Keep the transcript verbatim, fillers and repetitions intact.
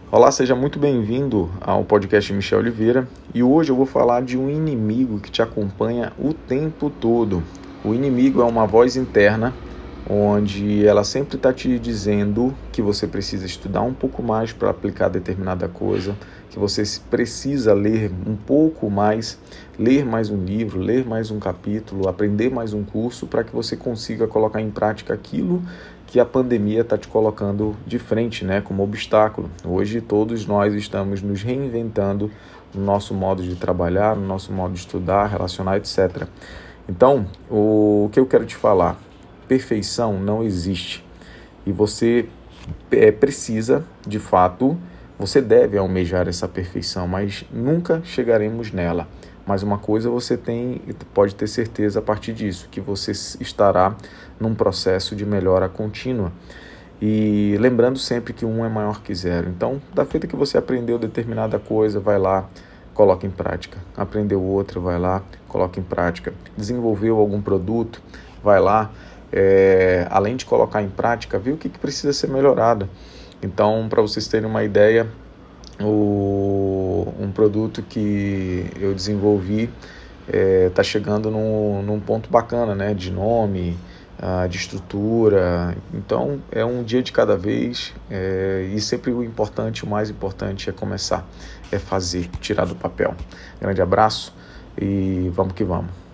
Olá, seja muito bem-vindo ao podcast Michel Oliveira e hoje eu vou falar de um inimigo que te acompanha o tempo todo. O inimigo é uma voz interna onde ela sempre está te dizendo que você precisa estudar um pouco mais para aplicar determinada coisa, que você precisa ler um pouco mais, ler mais um livro, ler mais um capítulo, aprender mais um curso para que você consiga colocar em prática aquilo que a pandemia está te colocando de frente, né, como obstáculo. Hoje todos nós estamos nos reinventando no nosso modo de trabalhar, no nosso modo de estudar, relacionar, etcétera. Então, o que eu quero te falar? Perfeição não existe. E você é, precisa, de fato, você deve almejar essa perfeição, mas nunca chegaremos nela. Mas uma coisa você tem, pode ter certeza a partir disso, que você estará num processo de melhora contínua. E lembrando sempre que um é maior que zero. Então, da feita que você aprendeu determinada coisa, vai lá, coloca em prática. Aprendeu outra, vai lá, coloca em prática. Desenvolveu algum produto, vai lá, é, além de colocar em prática, vê o que, que precisa ser melhorado. Então, para vocês terem uma ideia, o, um produto que eu desenvolvi está é, chegando num, num ponto bacana, né, de nome, uh, de estrutura. Então é um dia de cada vez é, e sempre o importante, o mais importante é começar, é fazer, tirar do papel. Grande abraço e vamos que vamos.